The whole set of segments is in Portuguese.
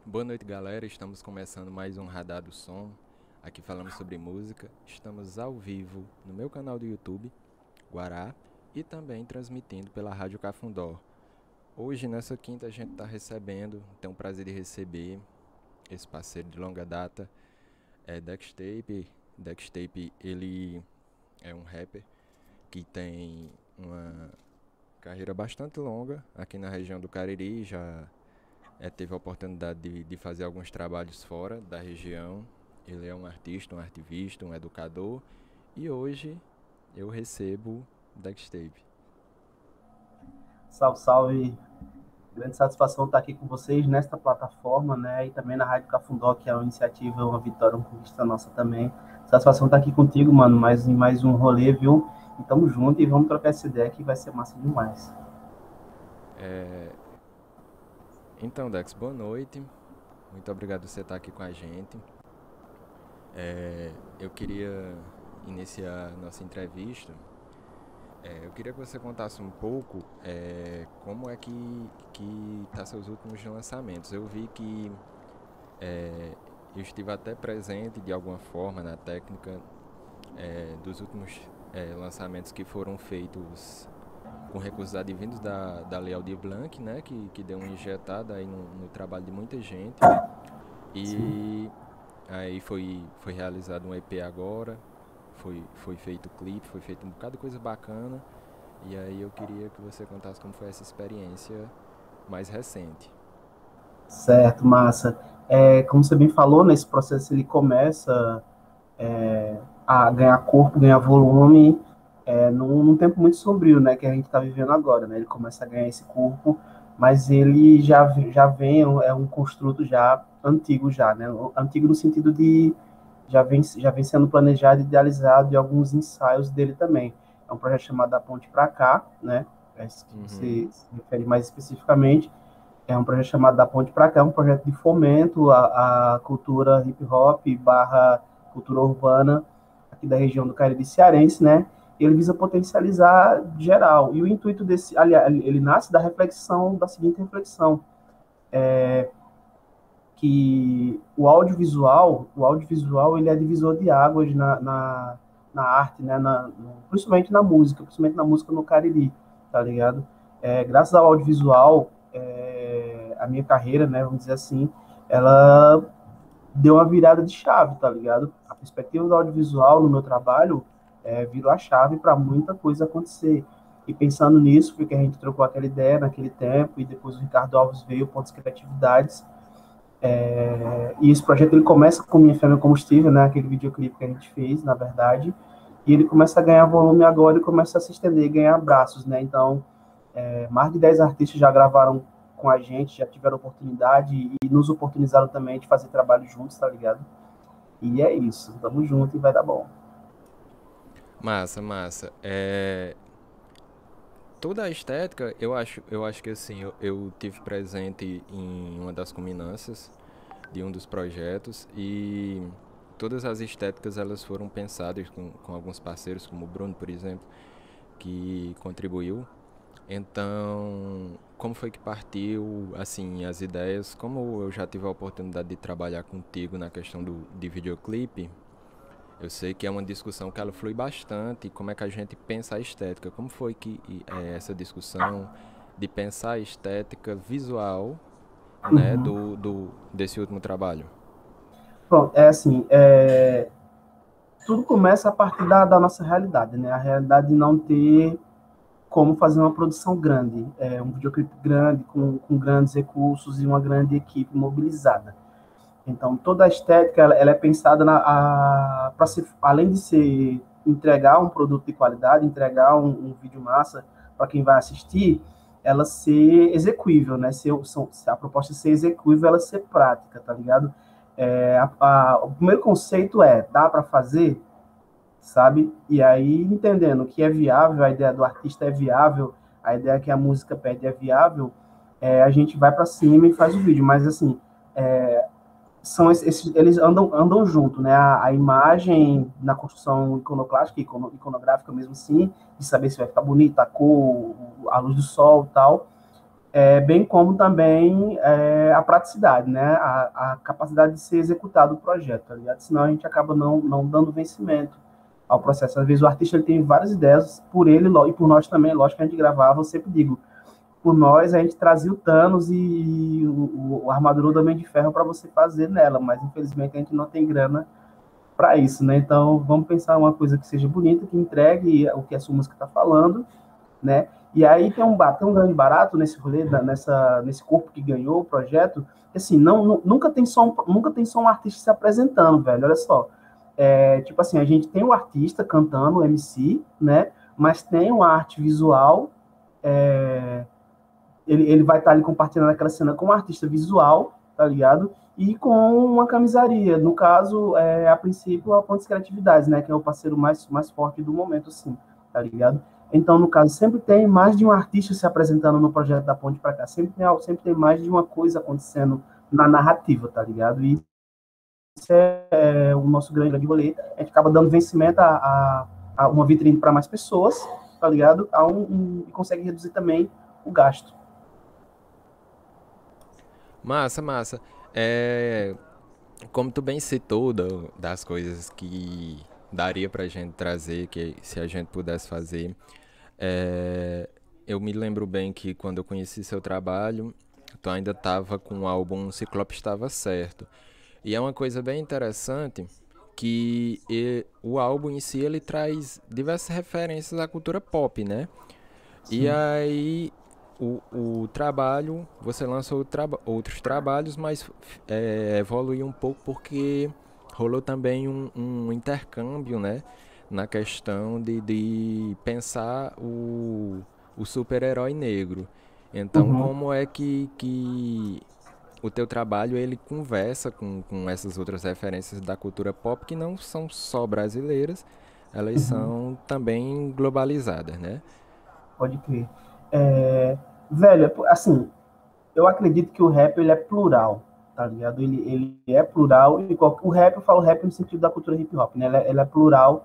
Boa noite, galera. Estamos começando mais um Radar do Som. Aqui falamos sobre música. Estamos ao vivo no meu canal do YouTube, Guará, e também transmitindo pela Rádio Cafundó. Hoje, nessa quinta, a gente está recebendo, tem o prazer de receber esse parceiro de longa data, Dextape. Dextape, ele é um rapper que tem uma carreira bastante longa aqui na região do Cariri, já teve a oportunidade de fazer alguns trabalhos fora da região. Ele é um artista, um ativista, um educador. E hoje eu recebo Dextape. Salve, salve. Grande satisfação estar aqui com vocês nesta plataforma, né? E também na Rádio Cafundó, que é uma iniciativa, uma vitória, uma conquista nossa também. Satisfação estar aqui contigo, mano, mais um rolê, viu? E tamo junto e vamos trocar essa ideia que vai ser massa demais. É, Então, Dex, boa noite. Muito obrigado por você estar aqui com a gente. Eu queria iniciar nossa entrevista. Eu queria que você contasse um pouco como é que tá seus últimos lançamentos. Eu vi que eu estive até presente de alguma forma na técnica dos últimos lançamentos que foram feitos com recursos advindos da Lei Aldir Blanc, né, que deu uma injetada aí no trabalho de muita gente. Sim. E aí foi realizado um EP agora, foi feito clipe, foi feito um bocado de coisa bacana. E aí eu queria que você contasse como foi essa experiência mais recente. Certo, massa. Como você bem falou, nesse processo ele começa a ganhar corpo, ganhar volume, num tempo muito sombrio, né, que a gente está vivendo agora, né? Ele começa a ganhar esse corpo, mas ele já vem, é um construto já antigo já, né? Antigo no sentido de já vem sendo planejado e idealizado e alguns ensaios dele também. É um projeto chamado Da Ponte para Cá, né? É esse que Uhum. você se refere mais especificamente. É um projeto chamado Da Ponte para Cá, é um projeto de fomento à cultura hip hop barra cultura urbana aqui da região do Cariri cearense, né? Ele visa potencializar geral. E o intuito desse, aliás, ele nasce da reflexão, da seguinte reflexão, que o audiovisual ele é divisor de águas na arte, né? Principalmente na música no Cariri, tá ligado? Graças ao audiovisual, a minha carreira, né, vamos dizer assim, ela deu uma virada de chave, tá ligado? A perspectiva do audiovisual no meu trabalho virou a chave para muita coisa acontecer. E pensando nisso, foi que a gente trocou aquela ideia naquele tempo, e depois o Ricardo Alves veio, Pontos Criatividades, e esse projeto ele começa com Minha Fé Meu Combustível, né, aquele videoclipe que a gente fez, na verdade, e ele começa a ganhar volume agora e começa a se estender e ganhar abraços, né? Então, mais de 10 artistas já gravaram com a gente, já tiveram oportunidade e nos oportunizaram também de fazer trabalho juntos, tá ligado? E é isso, tamo junto e vai dar bom. Massa, massa. Toda a estética, eu acho que assim, eu tive presente em uma das culminâncias de um dos projetos e todas as estéticas elas foram pensadas com alguns parceiros, como o Bruno, por exemplo, que contribuiu. Então, como foi que partiu, assim, as ideias? Como eu já tive a oportunidade de trabalhar contigo na questão de videoclipe, eu sei que é uma discussão que ela flui bastante, como é que a gente pensa a estética. Como foi que essa discussão de pensar a estética visual, né, Uhum. desse último trabalho? Pronto, tudo começa a partir da nossa realidade, né? A realidade de não ter como fazer uma produção grande, um videoclipe grande, com grandes recursos e uma grande equipe mobilizada. Então, toda a estética ela é pensada para ser, além de ser entregar um produto de qualidade, entregar um vídeo massa para quem vai assistir, ela ser execuível, né? A proposta é ser execuível, ela ser prática, tá ligado? O primeiro conceito dá para fazer, sabe? E aí, entendendo que é viável, a ideia do artista é viável, a ideia que a música pede é viável, a gente vai para cima e faz o vídeo. Mas, assim, eles andam junto, né? A imagem na construção iconoclástica, iconográfica mesmo assim, de saber se vai ficar bonita, a cor, a luz do sol e tal, bem como também a praticidade, né? A capacidade de ser executado o projeto, tá ligado? Senão a gente acaba não dando vencimento ao processo. Às vezes o artista ele tem várias ideias, por ele e por nós também, lógico que a gente gravava, eu sempre digo, por nós a gente trazia o Thanos e o armadura do Homem de Ferro para você fazer nela, mas infelizmente a gente não tem grana para isso, né? Então vamos pensar uma coisa que seja bonita, que entregue o que a sua música está falando, né? E aí tem um grande barato nesse rolê, nesse corpo que ganhou o projeto, que assim, nunca tem só um artista se apresentando, velho, olha só. Tipo assim, a gente tem o artista cantando, o MC, né? Mas tem uma arte visual, ele vai estar ali compartilhando aquela cena com um artista visual, tá ligado? E com uma camisaria. No caso, a princípio, a Pontes Criatividades, né? Que é o parceiro mais forte do momento, assim, tá ligado? Então, no caso, sempre tem mais de um artista se apresentando no projeto da Ponte para cá. Sempre tem mais de uma coisa acontecendo na narrativa, tá ligado? E isso é o nosso grande rolê. A gente acaba dando vencimento a uma vitrine para mais pessoas, tá ligado? E consegue reduzir também o gasto. Massa, massa. É, como tu bem citou das coisas que daria pra gente trazer, que se a gente pudesse fazer, é, eu me lembro bem que quando eu conheci seu trabalho, tu ainda tava com o álbum Ciclope Estava Certo. E é uma coisa bem interessante que o álbum em si ele traz diversas referências à cultura pop, né? E Sim. aí o trabalho, você lançou outros trabalhos, mas evoluiu um pouco porque rolou também um intercâmbio, né? Na questão de pensar o super-herói negro. Então, Uhum, como é que o teu trabalho ele conversa com essas outras referências da cultura pop que não são só brasileiras, elas uhum, são também globalizadas, né? pode crer. É, velho, assim, eu acredito que o rap ele é plural, tá ligado? Ele é plural, o rap, eu falo rap no sentido da cultura hip hop, né? Ele é plural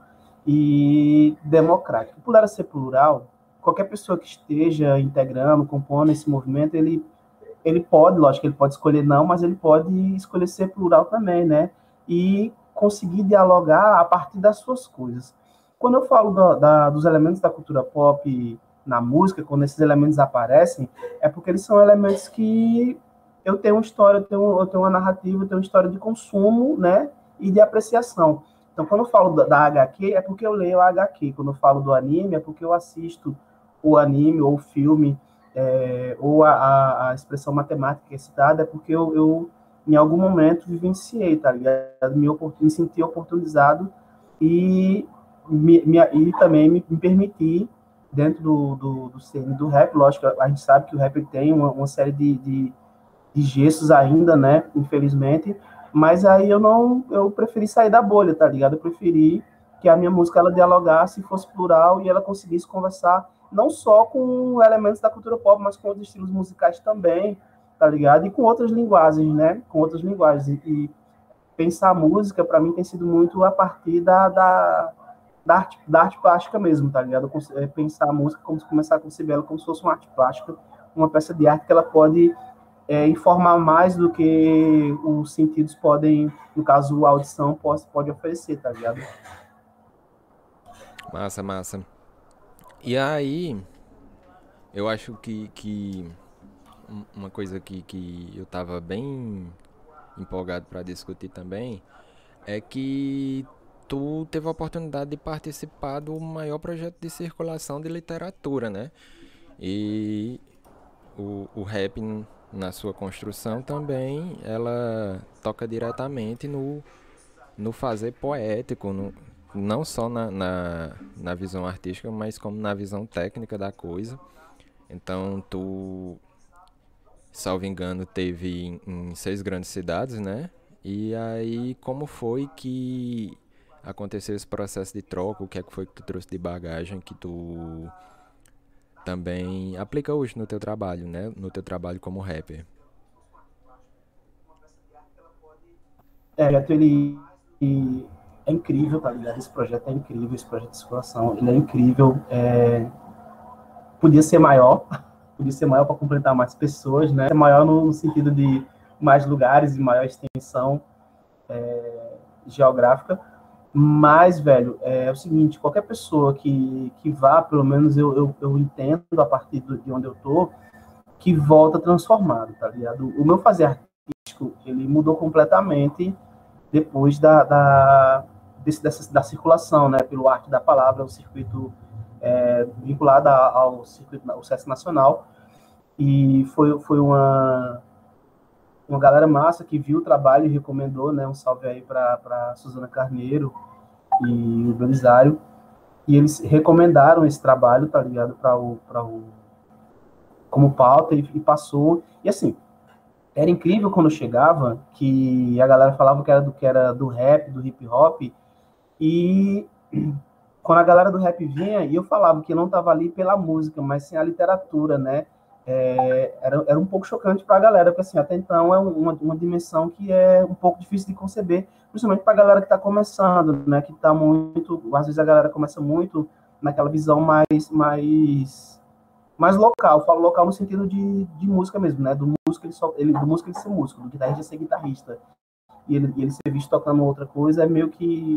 e democrático. Por ela ser plural, qualquer pessoa que esteja integrando, compondo esse movimento, ele pode, lógico, ele pode escolher não, mas ele pode escolher ser plural também, né? E conseguir dialogar a partir das suas coisas. Quando eu falo dos elementos da cultura pop na música, quando esses elementos aparecem, é porque eles são elementos que eu tenho uma história, eu tenho uma narrativa, eu tenho uma história de consumo, né? E de apreciação. Então, quando eu falo da HQ, é porque eu leio a HQ. Quando eu falo do anime, é porque eu assisto o anime ou o filme, ou a expressão matemática que é citada, é porque eu em algum momento vivenciei, tá ligado? Me senti oportunizado e, e também me permiti, dentro do cerne do rap, lógico, a gente sabe que o rap tem uma série de gestos ainda, né? Infelizmente. Mas aí eu preferi sair da bolha, tá ligado? Eu preferi que a minha música ela dialogasse, fosse plural e ela conseguisse conversar não só com elementos da cultura pop, mas com outros estilos musicais também, tá ligado? E com outras linguagens, né? Com outras linguagens. E pensar a música, para mim, tem sido muito a partir da arte plástica mesmo, tá ligado? Pensar a música como se começar a conceber ela como se fosse uma arte plástica, uma peça de arte que ela pode informar mais do que os sentidos podem, no caso, a audição pode oferecer, tá ligado? Massa, massa. E aí, eu acho que uma coisa que eu tava bem empolgado para discutir também é que tu teve a oportunidade de participar do maior projeto de circulação de literatura, né? E o rap na sua construção também, ela toca diretamente no fazer poético, não só na visão artística, mas como na visão técnica da coisa. Então, tu, salvo engano, teve em 6 grandes cidades, né? E aí, como foi que aconteceu esse processo de troca? O que é que foi que tu trouxe de bagagem que tu também aplica hoje no teu trabalho, né? No teu trabalho como rapper. Ele é incrível, tá ligado? Esse projeto é incrível, esse projeto de circulação, ele é incrível. Podia ser maior, podia ser maior para completar mais pessoas, né? Maior no sentido de mais lugares e maior extensão geográfica. Mas, velho, é o seguinte, qualquer pessoa que vá, pelo menos eu entendo a partir de onde eu tô, que volta transformado, tá ligado? O meu fazer artístico, ele mudou completamente depois da circulação, né, pelo Arte da Palavra, o circuito vinculado ao circuito, ao SESC Nacional, e foi uma galera massa que viu o trabalho e recomendou, né, um salve aí para Suzana Carneiro e o Belisário, e eles recomendaram esse trabalho, tá ligado, como pauta, e passou, e assim, era incrível quando chegava, que a galera falava que era do rap, do hip hop, e quando a galera do rap vinha, e eu falava que não estava ali pela música, mas sim a literatura, né? Era um pouco chocante para a galera, porque assim, até então é uma dimensão que é um pouco difícil de conceber, principalmente para a galera que está começando, né? Que está muito, às vezes a galera começa muito naquela visão mais local. Eu falo local no sentido de música mesmo, né? Do músico ele ser músico, do guitarrista ser guitarrista. E ele ser visto tocando outra coisa é meio que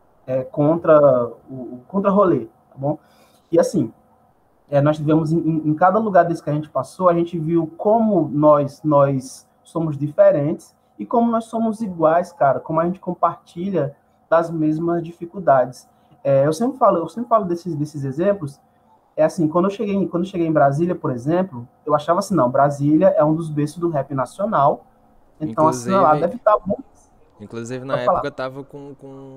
contra rolê, tá bom? E assim, nós tivemos em cada lugar desse que a gente passou, a gente viu como nós somos diferentes e como nós somos iguais, cara, como a gente compartilha das mesmas dificuldades. Eu sempre falo desses exemplos. É assim, quando eu cheguei em Brasília, por exemplo, eu achava assim, não, Brasília é um dos berços do rap nacional, então assim, lá deve estar bom. Inclusive, na época, tava com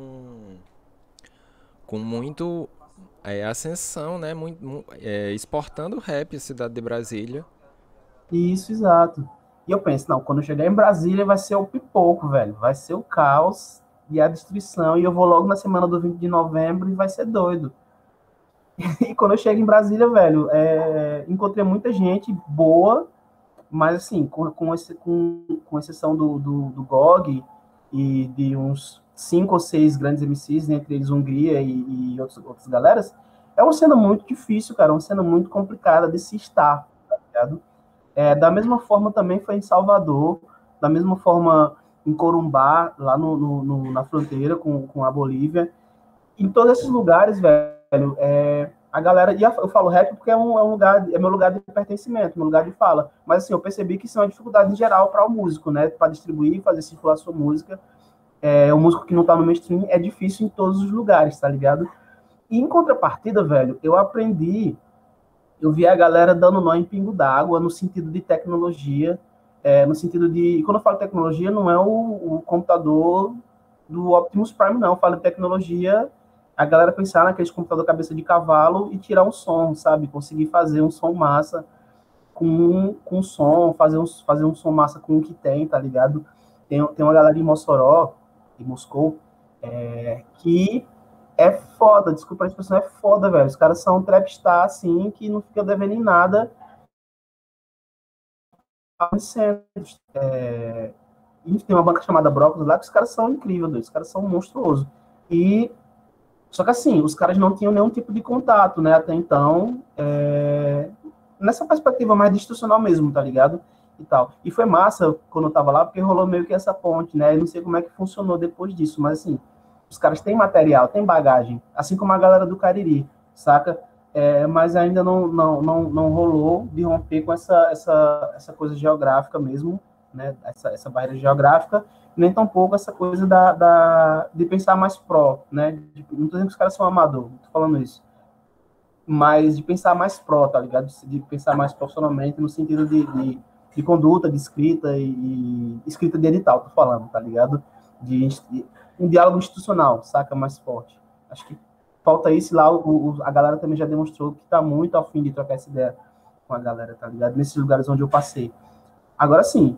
muito ascensão, né? Exportando rap a cidade de Brasília. Isso, exato. E eu penso, não, quando eu chegar em Brasília vai ser o pipoco, velho. Vai ser o caos e a destruição. E eu vou logo na semana do 20 de novembro e vai ser doido. E quando eu chego em Brasília, velho, encontrei muita gente boa, mas assim, com exceção do GOG e de uns 5 ou 6 grandes MCs, entre eles Hungria e outras galeras, é uma cena muito difícil, cara, uma cena muito complicada de se estar, tá ligado? Da mesma forma também foi em Salvador, da mesma forma em Corumbá, lá na fronteira com a Bolívia. Em todos esses lugares, velho, a galera, e eu falo rap porque é meu lugar de pertencimento, meu lugar de fala, mas assim, eu percebi que isso é uma dificuldade em geral para o músico, né, para distribuir, fazer circular sua música. O músico que não tá no mainstream é difícil em todos os lugares, tá ligado? E em contrapartida, velho, eu vi a galera dando nó em pingo d'água no sentido de tecnologia, no sentido de, quando eu falo tecnologia, não é o computador do Optimus Prime, não, eu falo de tecnologia, a galera pensar naqueles computador cabeça de cavalo e tirar um som, sabe? Conseguir fazer um som massa com som, fazer um som massa com o que tem, tá ligado? Tem uma galera em Mossoró, em Moscou, que é foda, desculpa a expressão, é foda, velho. Os caras são trapstar, assim, que não fica devendo em nada. Tem uma banca chamada Brócolis lá, que os caras são incríveis, os caras são monstruosos. Só que assim, os caras não tinham nenhum tipo de contato, né, até então, nessa perspectiva mais institucional mesmo, tá ligado? E tal. E foi massa quando eu tava lá, porque rolou meio que essa ponte, né? Eu não sei como é que funcionou depois disso, mas assim, os caras têm material, têm bagagem, assim como a galera do Cariri, saca? Mas ainda não rolou de romper com essa coisa geográfica mesmo, né? Essa barreira geográfica, nem tampouco essa coisa de pensar mais pró, né? Não tô dizendo que os caras são amador, não tô falando isso, mas de pensar mais pró, tá ligado? De pensar mais profissionalmente no sentido de conduta, de escrita e escrita de edital, tô falando, tá ligado? De um diálogo institucional, saca? Mais forte. Acho que falta isso lá, a galera também já demonstrou que tá muito afim de trocar essa ideia com a galera, tá ligado? Nesses lugares onde eu passei. Agora, sim,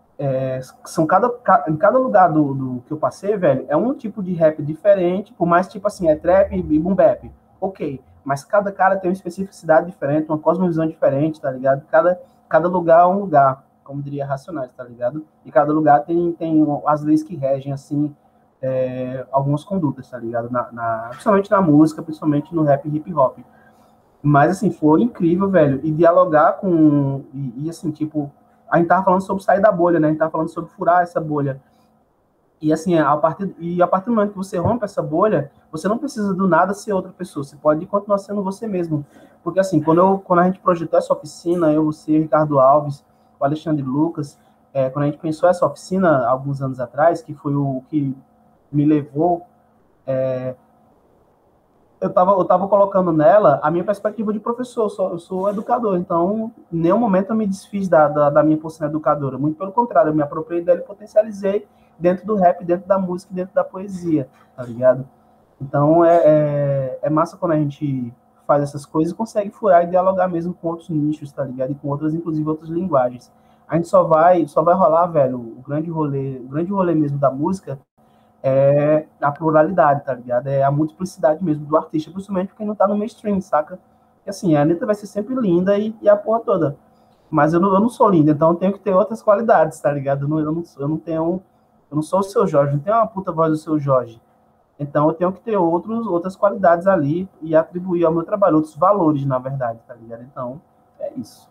em cada lugar do que eu passei, velho, é um tipo de rap diferente, por mais tipo assim, é trap e boom bap, ok, mas cada cara tem uma especificidade diferente, uma cosmovisão diferente, tá ligado? Cada lugar é um lugar, como diria Racionais, tá ligado? E cada lugar tem as leis que regem, assim, algumas condutas, tá ligado? Principalmente na música, principalmente no rap e hip hop. Mas, assim, foi incrível, velho. E dialogar com. Assim, tipo, a gente tava falando sobre sair da bolha, né? A gente tava falando sobre furar essa bolha. E, assim, a partir do momento que você rompe essa bolha, você não precisa do nada ser outra pessoa. Você pode continuar sendo você mesmo. Porque, assim, quando a gente projetou essa oficina, eu, você, Ricardo Alves, o Alexandre Lucas, quando a gente pensou essa oficina, alguns anos atrás, que foi o que me levou eu tava colocando nela a minha perspectiva de professor, eu sou educador, então em nenhum momento eu me desfiz da minha posição educadora, muito pelo contrário, eu me apropriei dela e potencializei dentro do rap, dentro da música, dentro da poesia, tá ligado? Então é massa quando a gente faz essas coisas e consegue furar e dialogar mesmo com outros nichos, tá ligado? E com outras, inclusive outras linguagens. A gente só vai rolar, velho, o grande rolê mesmo da música é a pluralidade, tá ligado? É a multiplicidade mesmo do artista, principalmente quem não tá no mainstream, saca? E assim, a Anitta vai ser sempre linda e a porra toda. Mas eu não sou linda, então eu tenho que ter outras qualidades, tá ligado? Eu não tenho. Eu não sou o seu Jorge, não tenho uma puta voz do seu Jorge. Então eu tenho que ter outras qualidades ali e atribuir ao meu trabalho, outros valores, na verdade, tá ligado? Então, é isso.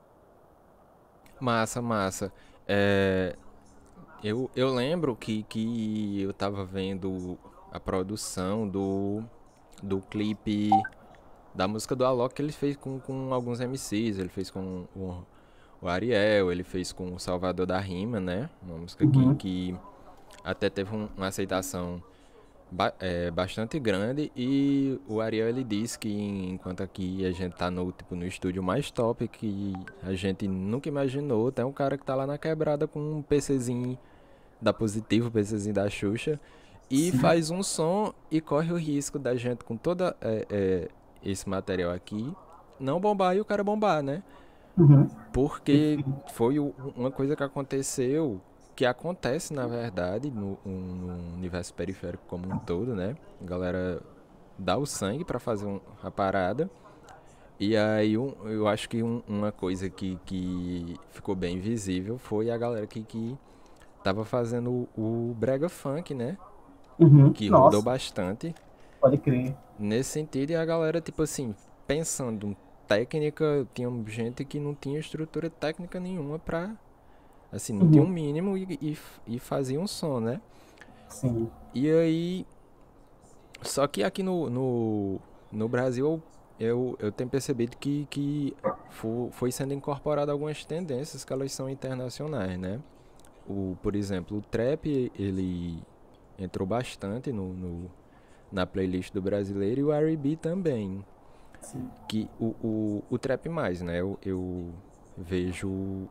Massa, massa. É, eu lembro que eu tava vendo a produção do clipe da música do Alok que ele fez com alguns MCs. Ele fez com o Ariel, ele fez com o Salvador da Rima, né? Uma música Uhum. que até teve uma aceitação bastante grande. E o Ariel ele disse que enquanto aqui a gente tá no, tipo, no estúdio mais top que a gente nunca imaginou, tem um cara que tá lá na quebrada com um PCzinho da Positivo, o PCzinho da Xuxa, e Sim. faz um som e corre o risco da gente com toda esse material aqui não bombar e o cara bombar, né? Uhum. Porque Perfeito. foi uma coisa que aconteceu, que acontece na verdade no universo periférico como um todo, né? A galera dá o sangue pra fazer a parada. E aí eu acho que uma coisa que ficou bem visível foi a galera que tava fazendo o brega funk, né? Uhum. Que rodou Nossa, bastante pode crer. nesse sentido. E a galera, tipo assim, pensando técnica, tinha gente que não tinha estrutura técnica nenhuma pra, assim, não tinha um Uhum. mínimo e fazia um som, né? Sim. E aí, só que aqui no Brasil eu tenho percebido que foi sendo incorporado algumas tendências que elas são internacionais, né? Por exemplo, o trap, ele entrou bastante na playlist do brasileiro e o R&B também. Sim. Que o trap mais, né? Eu vejo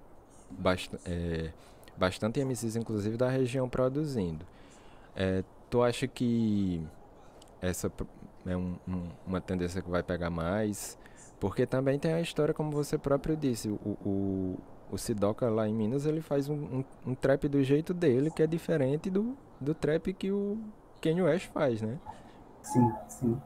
bastante MCs, inclusive, da região produzindo. Tu acha que é uma tendência que vai pegar mais? Porque também tem a história, como você próprio disse, o Sidoca lá em Minas, ele faz um trap do jeito dele, que é diferente do trap que o Kanye West faz, né? Sim, sim.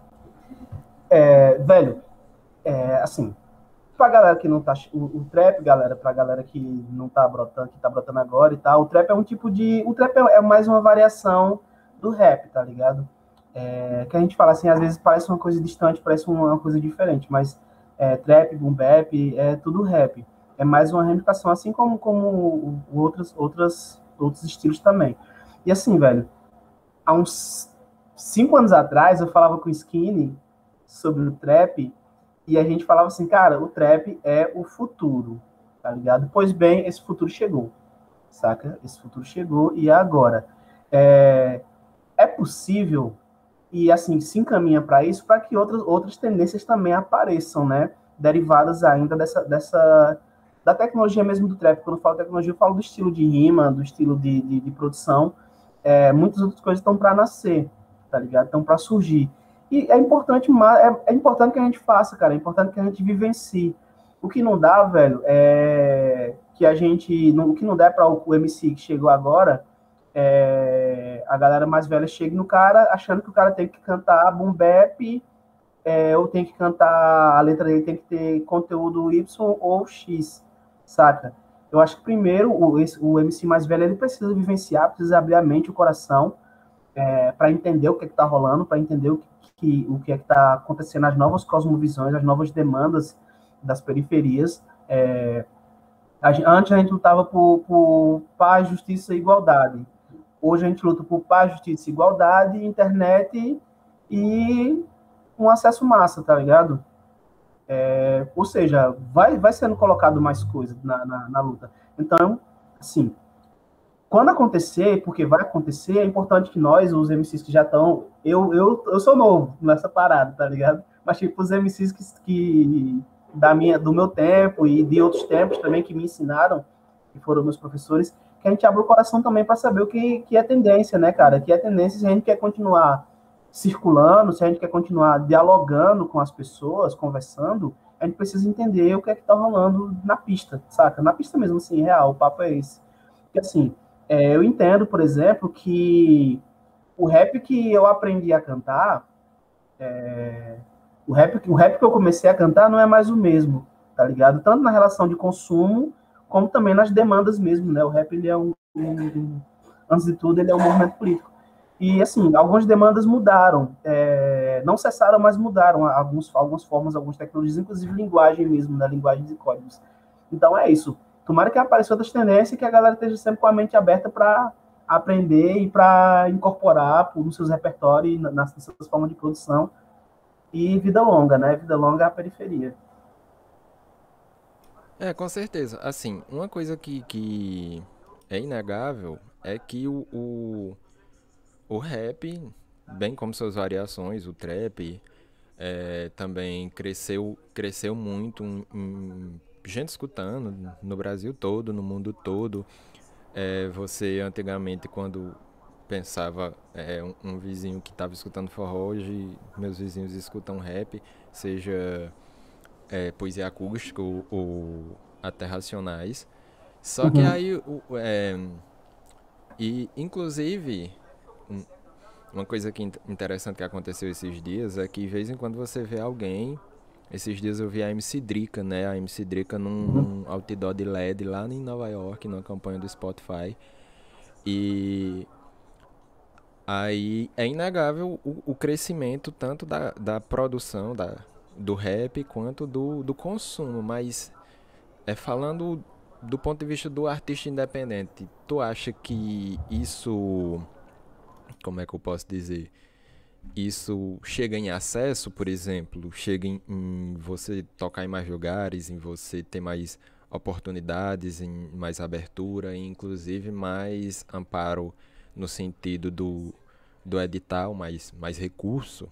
Velho, assim, pra galera que não tá. O trap, galera, pra galera que não tá brotando, que tá brotando agora e tal, o trap é um tipo de. O trap é mais uma variação do rap, tá ligado? Que a gente fala assim, às vezes parece uma coisa distante, parece uma coisa diferente, mas trap, boom bap, é tudo rap. É mais uma ramificação, assim como outros estilos também. E assim, velho, há uns 5 anos atrás eu falava com o Skinny sobre o trap e a gente falava assim, cara, o trap é o futuro, tá ligado? Pois bem, esse futuro chegou, saca? Esse futuro chegou e é agora. É, é possível e assim se encaminha para isso, para que outras tendências também apareçam, né? Derivadas ainda dessa da tecnologia mesmo do trap. Quando eu falo tecnologia, eu falo do estilo de rima, do estilo de produção. Muitas outras coisas estão para nascer, tá ligado? Estão para surgir. E é importante que a gente faça, cara. É importante que a gente vivencie. O que não dá, velho, é que a gente. O que não dá para o MC que chegou agora a galera mais velha chega no cara achando que o cara tem que cantar boom bap, ou tem que cantar, a letra dele tem que ter conteúdo Y ou X, saca? Eu acho que primeiro o MC mais velho ele precisa vivenciar, precisa abrir a mente, o coração, para entender o que está rolando, para entender o que é que está acontecendo, as novas cosmovisões, as novas demandas das periferias. Antes a gente lutava por paz, justiça e igualdade. Hoje a gente luta por paz, justiça, igualdade, internet e um acesso massa, tá ligado? Ou seja, vai sendo colocado mais coisa na luta. Então, assim, quando acontecer, porque vai acontecer, é importante que nós, os MCs que já estão... Eu sou novo nessa parada, tá ligado? Mas, tipo, os MCs que do meu tempo e de outros tempos também que me ensinaram, que foram meus professores, que a gente abre o coração também para saber o que é tendência, né, cara? Que é tendência se a gente quer continuar circulando, se a gente quer continuar dialogando com as pessoas, conversando, a gente precisa entender o que é que tá rolando na pista, saca? Na pista mesmo, assim, real, o papo é esse. Porque, assim, eu entendo, por exemplo, que o rap que eu aprendi a cantar, o rap que eu comecei a cantar não é mais o mesmo, tá ligado? Tanto na relação de consumo, como também nas demandas mesmo, né? O rap, ele é antes de tudo, ele é um movimento político. E, assim, algumas demandas mudaram, não cessaram, mas mudaram algumas formas, algumas tecnologias, inclusive linguagem mesmo, né? Linguagens e códigos. Então, é isso. Tomara que apareça outras tendências e que a galera esteja sempre com a mente aberta para aprender e para incorporar nos seus repertórios, nas suas formas de produção. E vida longa, né? Vida longa é a periferia. Com certeza. Assim, uma coisa que é inegável é que o rap, bem como suas variações, o trap, também cresceu muito em gente escutando no Brasil todo, no mundo todo. Você antigamente, quando pensava um vizinho que estava escutando forró, hoje meus vizinhos escutam rap, seja poesia acústica ou até racionais. Só que Uhum. aí, e inclusive, uma coisa interessante que aconteceu esses dias é que de vez em quando você vê alguém. Esses dias eu vi a MC Drica, né? A MC Drica num outdoor de LED lá em Nova York, numa campanha do Spotify. E aí é inegável o crescimento tanto da produção do rap quanto do consumo. Mas falando do ponto de vista do artista independente, tu acha que isso, como é que eu posso dizer? Isso chega em acesso, por exemplo, chega em você tocar em mais lugares, em você ter mais oportunidades, em mais abertura, e inclusive mais amparo no sentido do edital, mais recurso.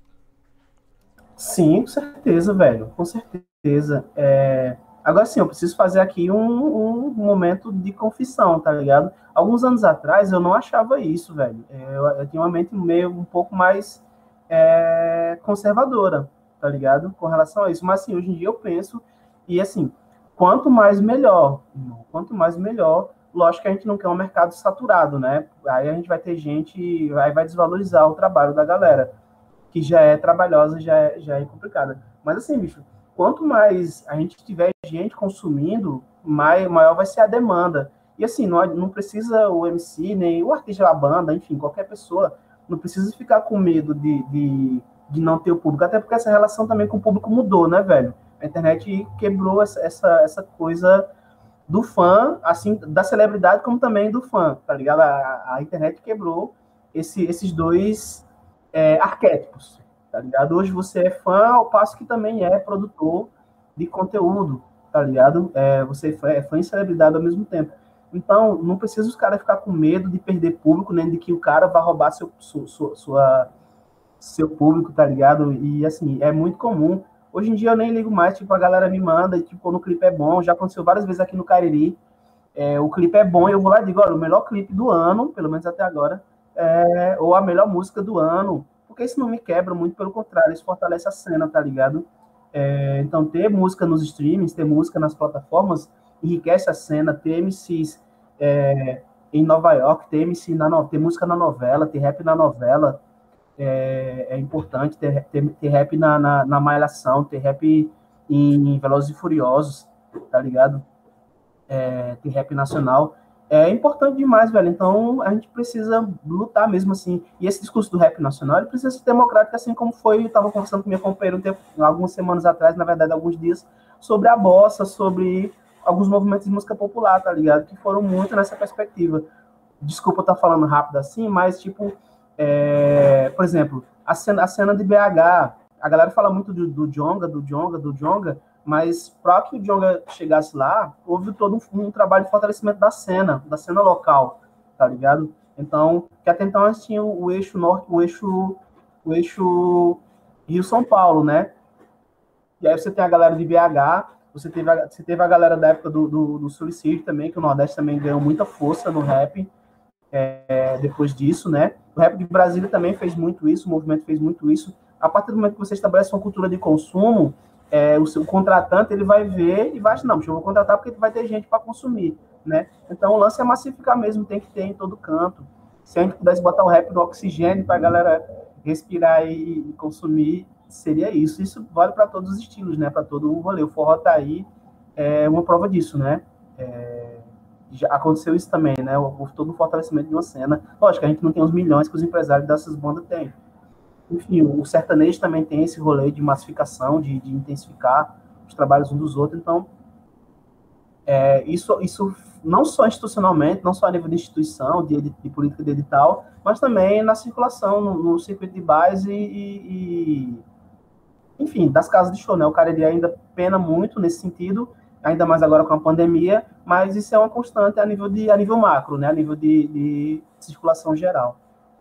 Sim, com certeza, velho. Com certeza. Agora sim, eu preciso fazer aqui um momento de confissão, tá ligado? Alguns anos atrás eu não achava isso, velho. Eu tinha uma mente meio um pouco mais conservadora, tá ligado? Com relação a isso. Mas assim, hoje em dia eu penso, e assim, quanto mais melhor, irmão, quanto mais melhor. Lógico que a gente não quer um mercado saturado, né? Aí a gente vai ter gente, aí vai desvalorizar o trabalho da galera que já é trabalhosa, já é complicada. Mas assim, bicho, quanto mais a gente tiver gente consumindo, maior vai ser a demanda. E assim, não precisa o MC, nem o artista da banda, enfim, qualquer pessoa, não precisa ficar com medo de não ter o público, até porque essa relação também com o público mudou, né, velho? A internet quebrou essa coisa do fã, assim, da celebridade, como também do fã, tá ligado? A internet quebrou esses dois arquétipos, tá ligado? Hoje você é fã, ao passo que também é produtor de conteúdo, tá ligado? Você é fã e celebridade ao mesmo tempo. Então, não precisa os caras ficar com medo de perder público, nem de que o cara vai roubar seu público, tá ligado? E, assim, é muito comum. Hoje em dia eu nem ligo mais, tipo, a galera me manda, e, tipo, no clipe é bom, já aconteceu várias vezes aqui no Cariri, o clipe é bom, e eu vou lá e digo, olha, o melhor clipe do ano, pelo menos até agora, ou a melhor música do ano, porque isso não me quebra, muito pelo contrário, isso fortalece a cena, tá ligado? Então, ter música nos streamings, ter música nas plataformas, enriquece a cena, ter MCs em Nova York, ter música na novela, ter rap na novela, é importante, ter rap na Malhação, ter rap em Velozes e Furiosos, tá ligado? Ter rap nacional. é importante demais, velho. Então a gente precisa lutar mesmo assim. E esse discurso do rap nacional ele precisa ser democrático, assim como foi. Eu estava conversando com minha companheira algumas semanas atrás, na verdade, alguns dias, sobre a bossa, sobre alguns movimentos de música popular, tá ligado? Que foram muito nessa perspectiva. Desculpa eu estar falando rápido assim, mas tipo, por exemplo, a cena de BH, a galera fala muito do Djonga, do Djonga, mas para que o Djonga chegasse lá, houve todo um trabalho de fortalecimento da cena local, tá ligado? Então, que até então a gente tinha o eixo norte, o eixo Rio-São Paulo, né? E aí você tem a galera de BH, você teve a galera da época do Suicídio também, que o Nordeste também ganhou muita força no rap, depois disso, né? O rap de Brasília também fez muito isso, o movimento fez muito isso. A partir do momento que você estabelece uma cultura de consumo, o seu contratante ele vai ver e vai achar, não, eu vou contratar porque vai ter gente para consumir, né? Então o lance é massificar mesmo, tem que ter em todo canto. Se a gente pudesse botar o rap no oxigênio para a galera respirar e consumir, seria isso. Isso vale para todos os estilos, né? Para todo o rolê. O forró tá aí, é uma prova disso, né? Já aconteceu isso também, né? Todo o fortalecimento de uma cena. Lógico, a gente não tem os milhões que os empresários dessas bandas têm. Enfim, o sertanejo também tem esse rolê de massificação, de intensificar os trabalhos uns dos outros. Então, isso não só institucionalmente, não só a nível de instituição, de política de edital, mas também na circulação, no circuito de base enfim, das casas de show, né? O Cariri ainda pena muito nesse sentido, ainda mais agora com a pandemia, mas isso é uma constante a nível macro, né? A nível de circulação geral.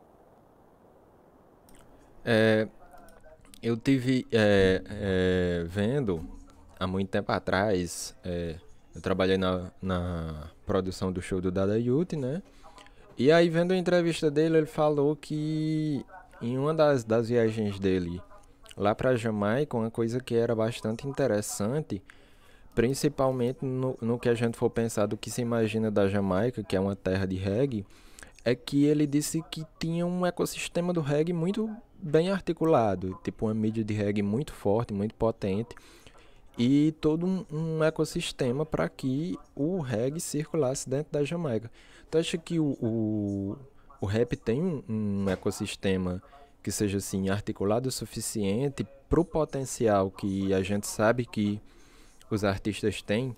É, eu tive vendo há muito tempo atrás, eu trabalhei na produção do show do Dada Yuti, né? E aí, vendo a entrevista dele, ele falou que em uma das viagens dele lá pra Jamaica, uma coisa que era bastante interessante, principalmente no que a gente for pensar do que se imagina da Jamaica, que é uma terra de reggae, é que ele disse que tinha um ecossistema do reggae muito bem articulado, tipo uma mídia de reggae muito forte, muito potente, e todo um ecossistema para que o reggae circulasse dentro da Jamaica. Tu acha que o rap tem um ecossistema que seja assim articulado o suficiente para o potencial que a gente sabe que os artistas têm?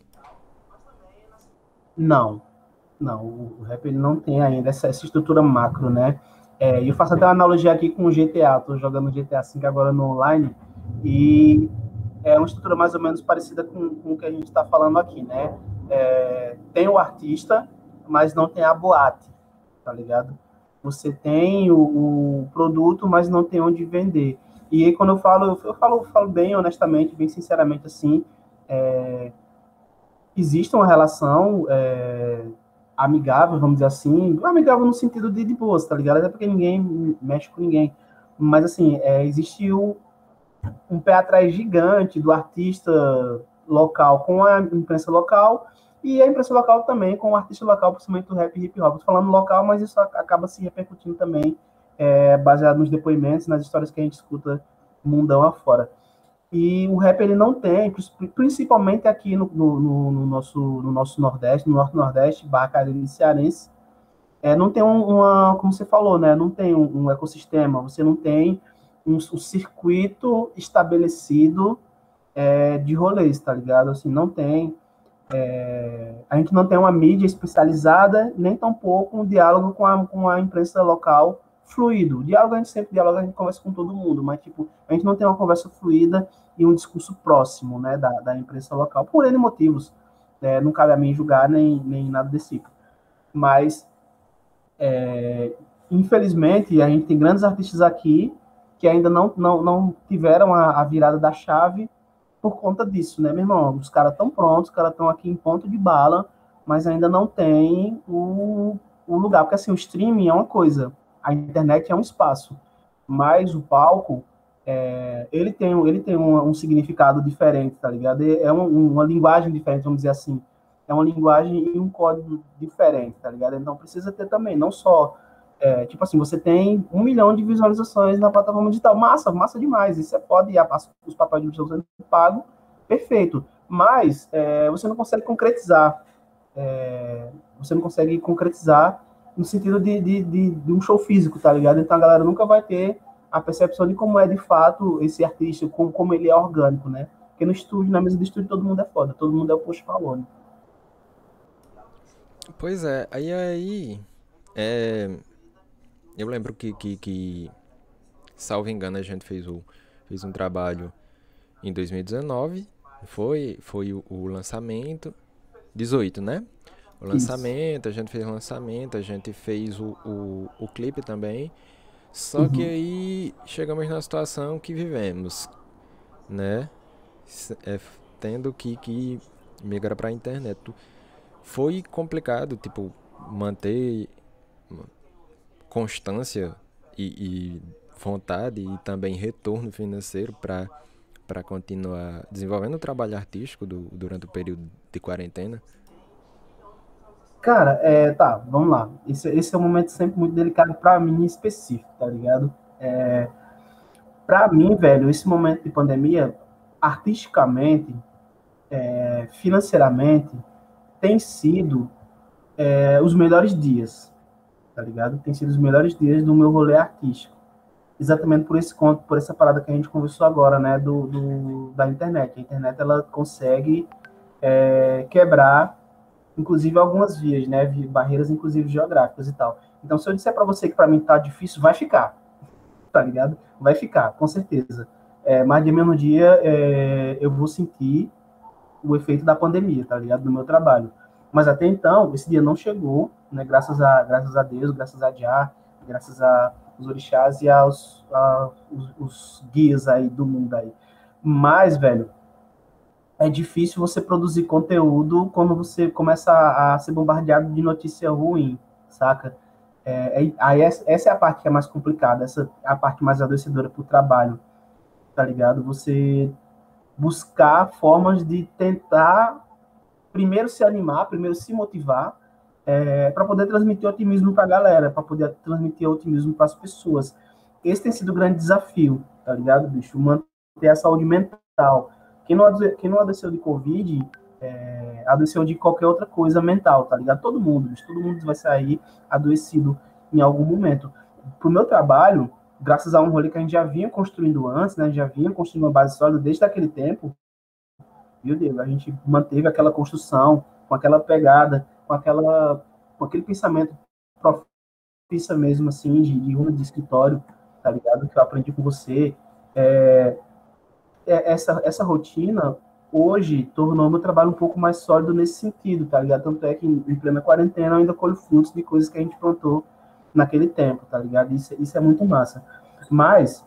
Não, não, o rap ele não tem ainda essa estrutura macro, né? E eu faço até uma analogia aqui com o GTA, estou jogando GTA V agora no online, e é uma estrutura mais ou menos parecida com o que a gente está falando aqui, né? Tem o artista, mas não tem a boate, tá ligado? Você tem o produto, mas não tem onde vender. E aí, quando eu falo bem honestamente, bem sinceramente assim, existe uma relação amigável, vamos dizer assim, amigável no sentido de boas, tá ligado? Até porque ninguém mexe com ninguém. Mas, assim, existe um pé atrás gigante do artista local com a imprensa local e a imprensa local também com o artista local, principalmente do rap e hip hop. Estou falando local, mas isso acaba se repercutindo também, baseado nos depoimentos, nas histórias que a gente escuta mundão afora. E o rap ele não tem, principalmente aqui no nosso Nordeste, no Norte-Nordeste, barra Cariri cearense, não tem como você falou, né? Não tem um ecossistema, você não tem um circuito estabelecido de rolês, tá ligado? Assim, não tem. A gente não tem uma mídia especializada, nem tampouco um diálogo com a imprensa local fluido. O diálogo a gente sempre dialoga, a gente conversa com todo mundo, mas tipo, a gente não tem uma conversa fluida e um discurso próximo, né, da imprensa local, por N motivos. Não cabe a mim julgar nem nada desse tipo. Mas, infelizmente, a gente tem grandes artistas aqui que ainda não tiveram a virada da chave por conta disso, né, meu irmão? Os caras estão prontos, os caras estão aqui em ponto de bala, mas ainda não tem o lugar. Porque, assim, o streaming é uma coisa, a internet é um espaço, mas o palco, ele tem um significado diferente, tá ligado? Uma linguagem diferente, vamos dizer assim. É uma linguagem e um código diferente, tá ligado? Então precisa ter também, não só tipo assim, você tem 1 milhão de visualizações na plataforma digital. Massa demais. E você pode ir os papéis de visualização pago, perfeito. Mas você não consegue concretizar você não consegue concretizar no sentido de um show físico, tá ligado? Então a galera nunca vai ter a percepção de como é de fato esse artista, como ele é orgânico, né? Porque no estúdio, na mesa do estúdio, todo mundo é foda, todo mundo é o Post Malone. Pois é, aí é, eu lembro que, salvo engano, a gente fez um trabalho em 2019, foi o lançamento, 18, né? O Isso. lançamento, a gente fez o lançamento, a gente fez o clipe também. Só que Uhum. aí chegamos na situação que vivemos, né? Tendo que migrar pra internet. Foi complicado, tipo, manter constância e vontade e também retorno financeiro para continuar desenvolvendo o trabalho artístico durante o período de quarentena. Cara, tá, vamos lá. Esse é um momento sempre muito delicado pra mim em específico, tá ligado? Pra mim, velho, esse momento de pandemia, artisticamente, financeiramente, tem sido os melhores dias, tá ligado? Tem sido os melhores dias do meu rolê artístico. Exatamente por esse conto, por essa parada que a gente conversou agora, né, da internet. A internet, ela consegue quebrar, inclusive, algumas vias, né, barreiras, inclusive, geográficas e tal. Então, se eu disser para você que para mim tá difícil, vai ficar, tá ligado? Vai ficar, com certeza. Mas de mesmo dia, eu vou sentir o efeito da pandemia, tá ligado? No meu trabalho. Mas até então, esse dia não chegou, né? Graças a Deus, graças a Jah, graças a os orixás e os guias aí do mundo aí. Mas, velho, é difícil você produzir conteúdo quando você começa a ser bombardeado de notícia ruim, saca? Aí essa é a parte que é mais complicada, essa é a parte mais adoecedora pro trabalho, tá ligado? Você buscar formas de tentar primeiro se animar, primeiro se motivar, para poder transmitir otimismo para a galera, para poder transmitir otimismo para as pessoas. Esse tem sido o grande desafio, tá ligado, bicho? Manter a saúde mental. Quem não adoeceu de Covid, adoeceu de qualquer outra coisa mental, tá ligado? Todo mundo, bicho, todo mundo vai sair adoecido em algum momento. Pro meu trabalho, graças a um rolê que a gente já vinha construindo antes, né? Já vinha construindo uma base sólida desde aquele tempo, viu, Diego? A gente manteve aquela construção, com aquela pegada, com aquele pensamento profissa mesmo, assim, de uma de escritório, tá ligado? Que eu aprendi com você. É, essa rotina, hoje, tornou meu trabalho um pouco mais sólido nesse sentido, tá ligado? Tanto é que em plena quarentena eu ainda colho frutos de coisas que a gente plantou naquele tempo, tá ligado? Isso é muito massa. Mas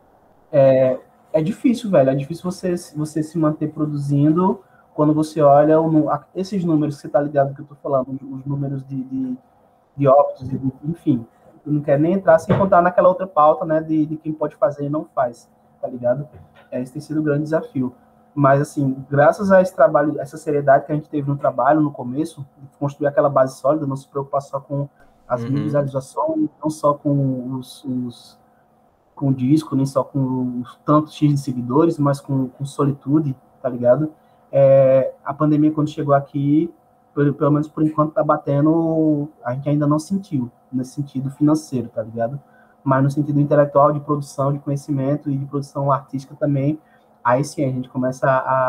é difícil, velho. É difícil você se manter produzindo quando você olha esses números que você tá ligado que eu tô falando, os números de óbitos, enfim. Eu não quero nem entrar sem contar naquela outra pauta, né, de quem pode fazer e não faz, tá ligado? Esse tem sido um grande desafio. Mas, assim, graças a esse trabalho, essa seriedade que a gente teve no trabalho, no começo, de construir aquela base sólida, não se preocupar só com as mil Uhum. visualizações, não só com com o disco, nem só com os tantos X de seguidores, mas com solitude, tá ligado? A pandemia, quando chegou aqui, pelo menos por enquanto, tá batendo, a gente ainda não sentiu, nesse sentido financeiro, tá ligado? Mas no sentido intelectual, de produção, de conhecimento e de produção artística também, aí sim a gente começa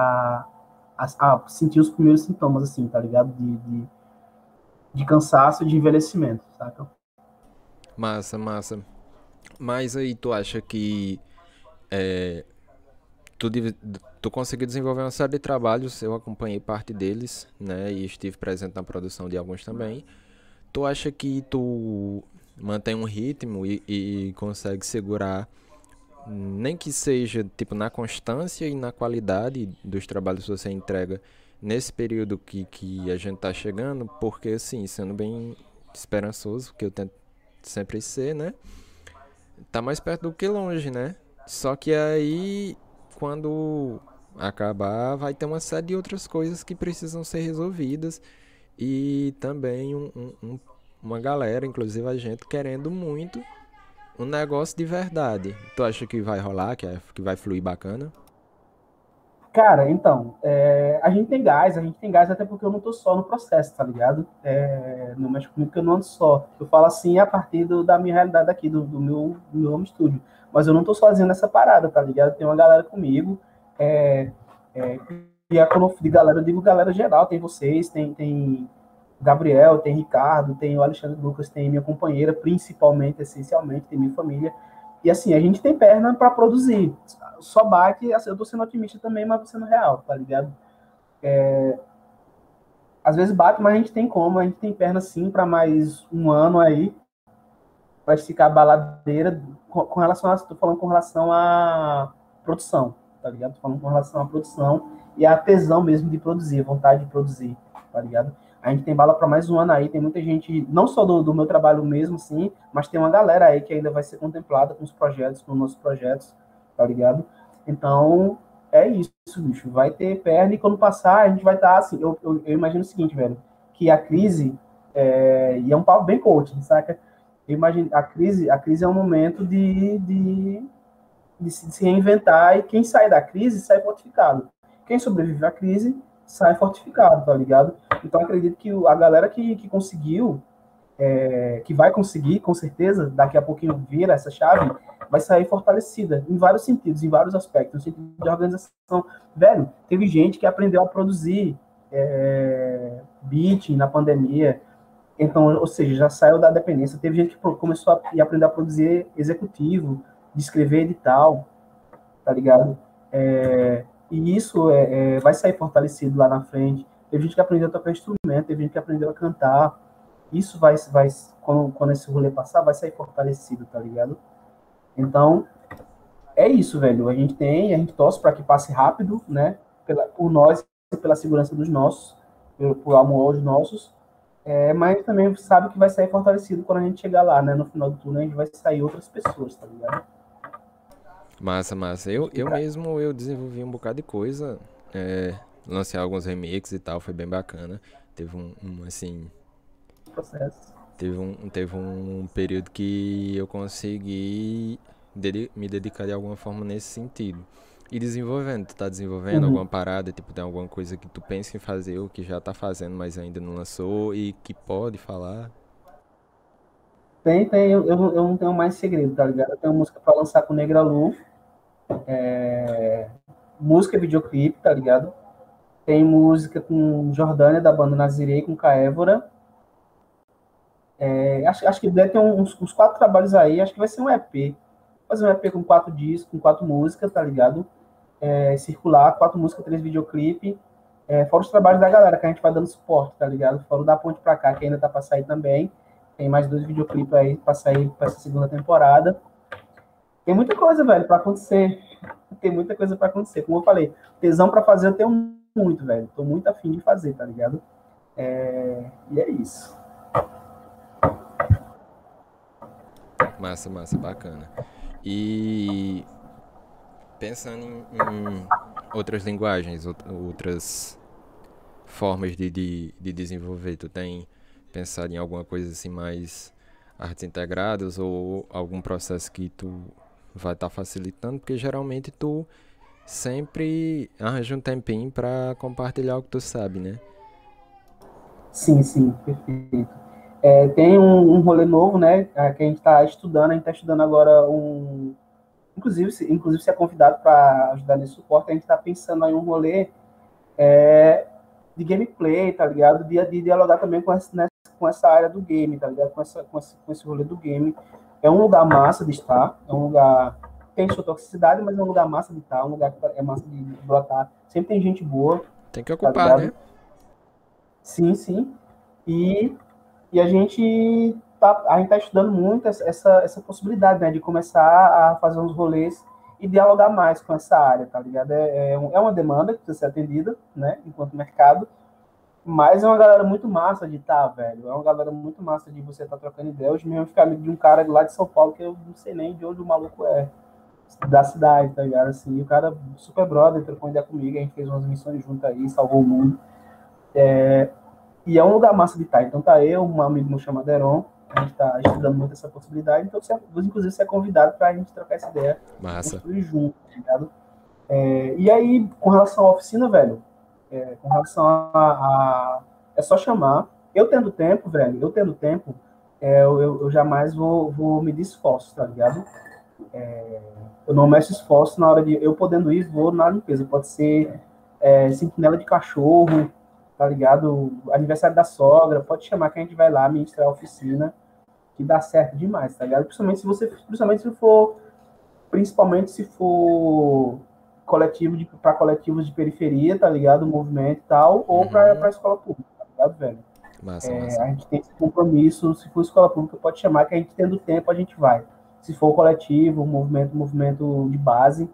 a sentir os primeiros sintomas, assim, tá ligado? De cansaço e de envelhecimento, saca? Massa, massa. Mas aí tu acha que é, tu, tu conseguiu desenvolver uma série de trabalhos, eu acompanhei parte deles, né? E estive presente na produção de alguns também. Tu acha que tu mantém um ritmo e consegue segurar, nem que seja tipo na constância e na qualidade dos trabalhos que você entrega nesse período que a gente tá chegando? Porque assim, sendo bem esperançoso, que eu tento sempre ser, né? Tá mais perto do que longe, né? Só que aí, quando acabar, vai ter uma série de outras coisas que precisam ser resolvidas e também uma galera, inclusive a gente, querendo muito um negócio de verdade. Tu acha que vai rolar, que vai fluir bacana? Cara, então, a gente tem gás até porque eu não tô só no processo, tá ligado? Não mexe comigo que eu não ando só. Eu falo assim a partir da minha realidade aqui, do meu home studio. Mas eu não tô sozinho nessa parada, tá ligado? Tem uma galera comigo, é, é, e quando eu digo galera, eu digo galera geral, tem vocês, tem o Gabriel, tem Ricardo, tem o Alexandre Lucas, tem minha companheira, principalmente, essencialmente, tem minha família. E assim, a gente tem perna para produzir. Só bate, assim, eu tô sendo otimista também, mas tô sendo real, tá ligado? Às vezes bate, mas a gente tem como, a gente tem perna sim para mais um ano aí, para esticar a baladeira com relação a, tô falando com relação à produção, tá ligado? Tô falando com relação à produção e a tesão mesmo de produzir, vontade de produzir, tá ligado? A gente tem bala para mais um ano aí, tem muita gente, não só do meu trabalho mesmo, sim, mas tem uma galera aí que ainda vai ser contemplada com os projetos, com os nossos projetos, tá ligado? Então, é isso, bicho. Vai ter perna e quando passar, a gente vai estar assim. Eu imagino o seguinte, velho, que a crise, e é um papo bem coach, saca? Eu imagino, a crise é um momento de se reinventar e quem sai da crise sai fortificado. Quem sobrevive à crise sai fortificado, tá ligado? Então acredito que a galera que conseguiu, que vai conseguir, com certeza, daqui a pouquinho vira essa chave, vai sair fortalecida em vários sentidos, em vários aspectos, no sentido de organização. Velho, teve gente que aprendeu a produzir beat na pandemia, então, ou seja, já saiu da dependência. Teve gente que começou a aprender a produzir executivo, de escrever edital, tá ligado? E isso vai sair fortalecido lá na frente. Teve gente que aprendeu a tocar instrumento, teve gente que aprendeu a cantar. Isso quando esse rolê passar, vai sair fortalecido, tá ligado? Então, é isso, velho. A gente torce para que passe rápido, né? Por nós e pela segurança dos nossos, por amor aos nossos. Mas também sabe que vai sair fortalecido quando a gente chegar lá, né? No final do túnel, a gente vai sair outras pessoas, tá ligado? Massa, massa. Eu mesmo eu desenvolvi um bocado de coisa, lancei alguns remixes e tal, foi bem bacana. Teve assim, Processo. teve um período que eu consegui me dedicar de alguma forma nesse sentido. E desenvolvendo, tu tá desenvolvendo alguma Uhum. parada, tipo, tem alguma coisa que tu pensa em fazer ou que já tá fazendo, mas ainda não lançou e que pode falar? Tem, eu não tenho mais segredo, tá ligado? Eu tenho música pra lançar com Negra Lu, música e videoclipe, tá ligado? Tem música com Jordânia, da banda Nazirei, com Caévora. Acho que deve ter uns 4 trabalhos aí, acho que vai ser um EP. Fazer um EP com 4 discos, com 4 músicas, tá ligado? Circular, 4 músicas, 3 videoclipe. Fora os trabalhos da galera que a gente vai dando suporte, tá ligado? Fora o Da Ponte Pra Cá, que ainda tá pra sair também. Tem mais 2 videoclipes aí pra sair pra essa segunda temporada. Tem muita coisa, velho, pra acontecer. Tem muita coisa pra acontecer. Como eu falei, tesão pra fazer eu tenho muito, velho. Tô muito afim de fazer, tá ligado? E é isso. Massa, massa, bacana. E pensando em outras linguagens, outras formas de desenvolver, tu tem pensado em alguma coisa assim mais artes integradas ou algum processo que tu vai estar facilitando? Porque geralmente tu sempre arranja um tempinho pra compartilhar o que tu sabe, né? Sim, sim, perfeito. Tem um rolê novo, né? Que a gente está estudando. A gente está estudando agora um. Inclusive, se é convidado para ajudar nesse suporte, a gente está pensando aí um rolê de gameplay, tá ligado? De dialogar também com essa área do game, tá ligado? Com esse rolê do game. É um lugar massa de estar, é um lugar. Tem sua toxicidade, mas é um lugar massa de estar, um lugar que é massa de brotar. Sempre tem gente boa, Tem que tá ocupar, né? ligado? Sim, sim. E, e a gente tá estudando muito essa possibilidade, né, de começar a fazer uns rolês e dialogar mais com essa área, tá ligado? É uma demanda que precisa ser atendida, né, enquanto mercado, mas é uma galera muito massa de estar, velho. É uma galera muito massa de você estar trocando ideia. Hoje mesmo eu fiquei amigo de um cara lá de São Paulo que eu não sei nem de onde o maluco é, da cidade, tá ligado? Assim, e o cara, super brother, trocou ideia comigo, a gente fez umas missões junto aí, salvou o mundo. E é um lugar massa de estar. Então tá eu, um amigo meu chamado Heron, a gente tá estudando muito essa possibilidade, então inclusive você é convidado para a gente trocar essa ideia e Massa. construir junto, tá ligado? E aí, com relação à oficina, velho, com relação é só chamar. Eu tendo tempo, velho, eu tendo tempo, eu jamais vou medir esforço, tá ligado? Eu não meço esforço na hora de. Eu podendo ir, vou na limpeza. Pode ser sentinela de cachorro, tá ligado? Aniversário da sogra, pode chamar que a gente vai lá ministrar a oficina, que dá certo demais, tá ligado? Principalmente se for para coletivos de periferia, tá ligado? Movimento e tal, ou para Uhum. escola pública, tá ligado, velho? Massa, massa. A gente tem esse compromisso, se for escola pública, pode chamar que a gente tendo tempo, a gente vai. Se for coletivo, movimento de base,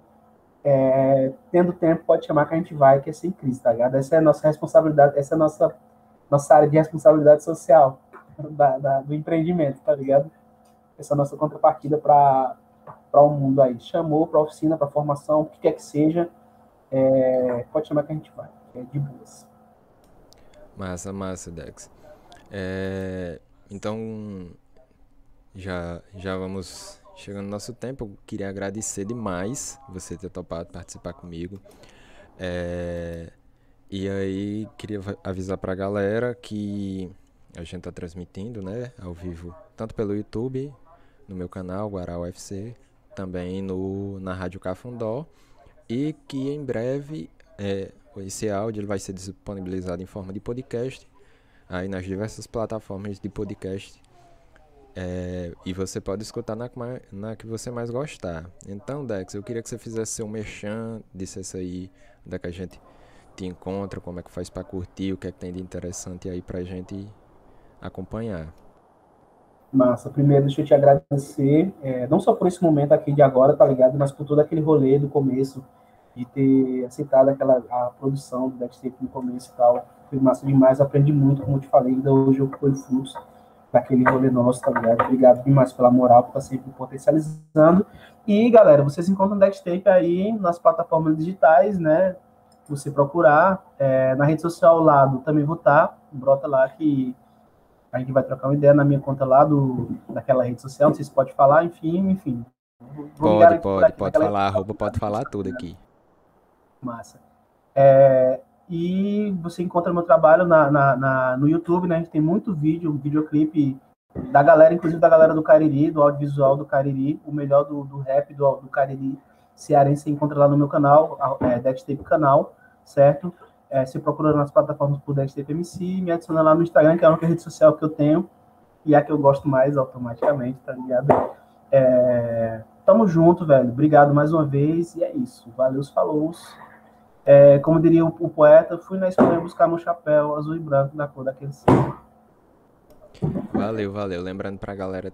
tendo tempo, pode chamar que a gente vai, que é sem crise, tá ligado? Essa é a nossa responsabilidade, essa é a nossa área de responsabilidade social do empreendimento, tá ligado? Essa é a nossa contrapartida para o mundo aí. Chamou para oficina, para formação, o que quer que seja, pode chamar que a gente vai. É de boas. Massa, massa, Dex. É, então, já vamos chegando no nosso tempo. Eu queria agradecer demais você ter topado participar comigo. É, e aí, queria avisar pra galera que a gente tá transmitindo, né, ao vivo, tanto pelo YouTube, no meu canal, Guará UFC, também na Rádio Cafundó, e que em breve esse áudio ele vai ser disponibilizado em forma de podcast aí nas diversas plataformas de podcast, e você pode escutar na que você mais gostar. Então, Dex, eu queria que você fizesse seu merchan, dissesse aí onde é que a gente te encontra, como é que faz pra curtir, o que é que tem de interessante aí pra gente acompanhar. Massa, primeiro deixa eu te agradecer, não só por esse momento aqui de agora, tá ligado? Mas por todo aquele rolê do começo, de ter aceitado a produção do Backstage no começo e tal. Foi massa demais, aprendi muito, como eu te falei, ainda hoje eu colho frutos daquele rolê nosso, tá ligado? Obrigado demais pela moral, por estar sempre potencializando. E, galera, vocês encontram o Dextape aí nas plataformas digitais, né? Você procurar. Na rede social ao lado também vou estar. Brota lá que a gente vai trocar uma ideia na minha conta lá daquela rede social. Não sei se pode falar, enfim. Vou me Pode, garantir por pode, aqui pode naquela rede falar, social. arroba pode falar tudo aqui. Massa. E você encontra meu trabalho no YouTube, né? A gente tem muito videoclipe da galera, inclusive da galera do Cariri, do audiovisual do Cariri, o melhor do rap do Cariri cearense, você encontra lá no meu canal, Dextape Canal, certo? Você procura nas plataformas por Dextape MC, me adiciona lá no Instagram, que é a única rede social que eu tenho, e é a que eu gosto mais automaticamente, tá ligado? Tamo junto, velho. Obrigado mais uma vez, e é isso. Valeu, falou. Como diria o poeta, fui na escola buscar meu chapéu azul e branco da cor daquele céu. Valeu, valeu. Lembrando pra galera